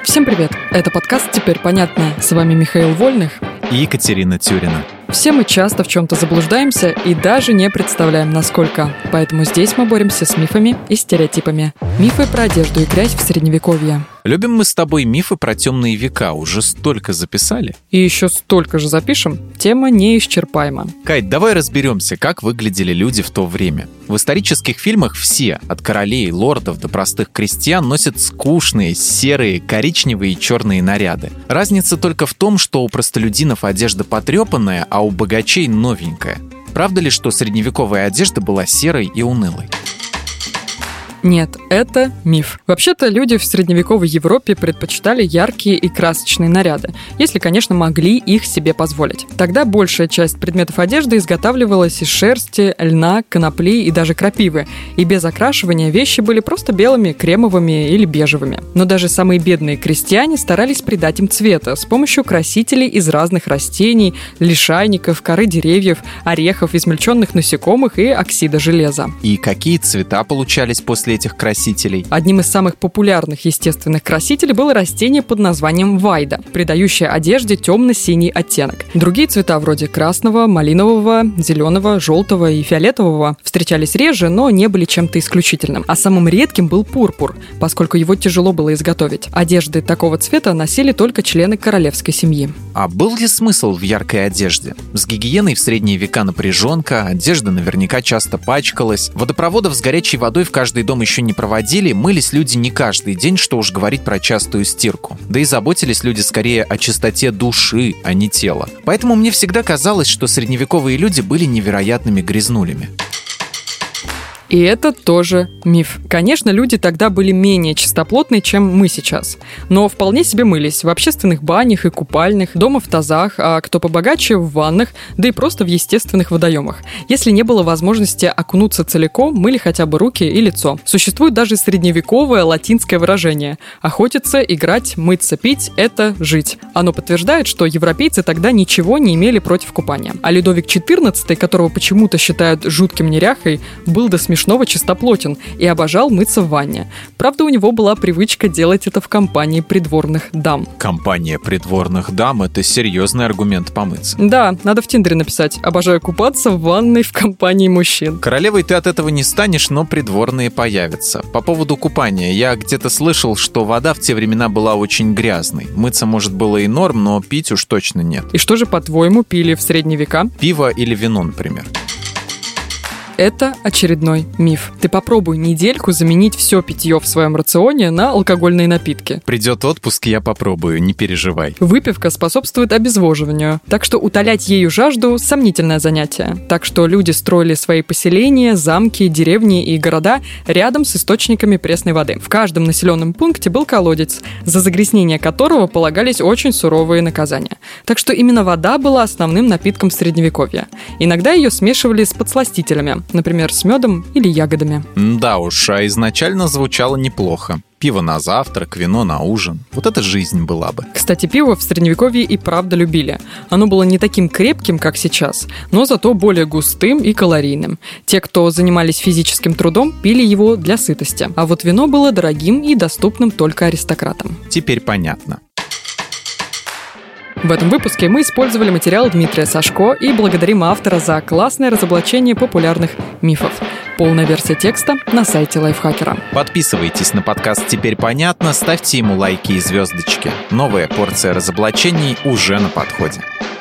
Всем привет! Это подкаст «Теперь понятно». С вами Михаил Вольных и Екатерина Тюрина. Все мы часто в чем-то заблуждаемся и даже не представляем, насколько. Поэтому здесь мы боремся с мифами и стереотипами. Мифы про одежду и грязь в Средневековье. Любим мы с тобой мифы про темные века. Уже столько записали. И еще столько же запишем. Тема неисчерпаема. Кать, давай разберемся, как выглядели люди в то время. В исторических фильмах все, от королей, лордов до простых крестьян, носят скучные, серые, коричневые и черные наряды. Разница только в том, что у простолюдинов одежда потрепанная, а у богачей новенькая. Правда ли, что средневековая одежда была серой и унылой? Нет, это миф. Вообще-то люди в средневековой Европе предпочитали яркие и красочные наряды, если, конечно, могли их себе позволить. Тогда большая часть предметов одежды изготавливалась из шерсти, льна, конопли и даже крапивы, и без окрашивания вещи были просто белыми, кремовыми или бежевыми. Но даже самые бедные крестьяне старались придать им цвета с помощью красителей из разных растений, лишайников, коры деревьев, орехов, измельченных насекомых и оксида железа. И какие цвета получались после этих красителей? Одним из самых популярных естественных красителей было растение под названием вайда, придающее одежде темно-синий оттенок. Другие цвета вроде красного, малинового, зеленого, желтого и фиолетового встречались реже, но не были чем-то исключительным. А самым редким был пурпур, поскольку его тяжело было изготовить. Одежды такого цвета носили только члены королевской семьи. А был ли смысл в яркой одежде? С гигиеной в средние века напряженка, одежда наверняка часто пачкалась, водопроводов с горячей водой в каждый дом еще не проводили, мылись люди не каждый день, что уж говорить про частую стирку. Да и заботились люди скорее о чистоте души, а не тела. Поэтому мне всегда казалось, что средневековые люди были невероятными грязнулями. И это тоже миф. Конечно, люди тогда были менее чистоплотные, чем мы сейчас. Но вполне себе мылись в общественных банях и купальных, дома в тазах, а кто побогаче в ваннах, да и просто в естественных водоемах. Если не было возможности окунуться целиком, мыли хотя бы руки и лицо. Существует даже средневековое латинское выражение: охотиться, играть, мыться, пить – это жить. Оно подтверждает, что европейцы тогда ничего не имели против купания. А Людовик XIV, которого почему-то считают жутким неряхой, был до смешного чистоплотен и обожал мыться в ванне. Правда, у него была привычка делать это в компании придворных дам. Компания придворных дам – это серьезный аргумент помыться. Да, надо в Тиндере написать: обожаю купаться в ванной в компании мужчин. Королевой ты от этого не станешь, но придворные появятся. По поводу купания. Я где-то слышал, что вода в те времена была очень грязной. Мыться, может, было и норм, но пить уж точно нет. И что же, по-твоему, пили в средние века? Пиво или вино, например. Это очередной миф. Ты попробуй недельку заменить все питье в своем рационе на алкогольные напитки. Придет отпуск, я попробую, не переживай. Выпивка способствует обезвоживанию, так что утолять ею жажду – сомнительное занятие. Так что люди строили свои поселения, замки, деревни и города рядом с источниками пресной воды. В каждом населенном пункте был колодец, за загрязнение которого полагались очень суровые наказания. Так что именно вода была основным напитком Средневековья. Иногда ее смешивали с подсластителями, например, с медом или ягодами. Да уж, а изначально звучало неплохо. Пиво на завтрак, вино на ужин. Вот это жизнь была бы. Кстати, пиво в Средневековье и правда любили. Оно было не таким крепким, как сейчас, но зато более густым и калорийным. Те, кто занимались физическим трудом, пили его для сытости. А вот вино было дорогим и доступным только аристократам. Теперь понятно. В этом выпуске мы использовали материал Дмитрия Сашко и благодарим автора за классное разоблачение популярных мифов. Полная версия текста на сайте Лайфхакера. Подписывайтесь на подкаст «Теперь понятно», ставьте ему лайки и звездочки. Новая порция разоблачений уже на подходе.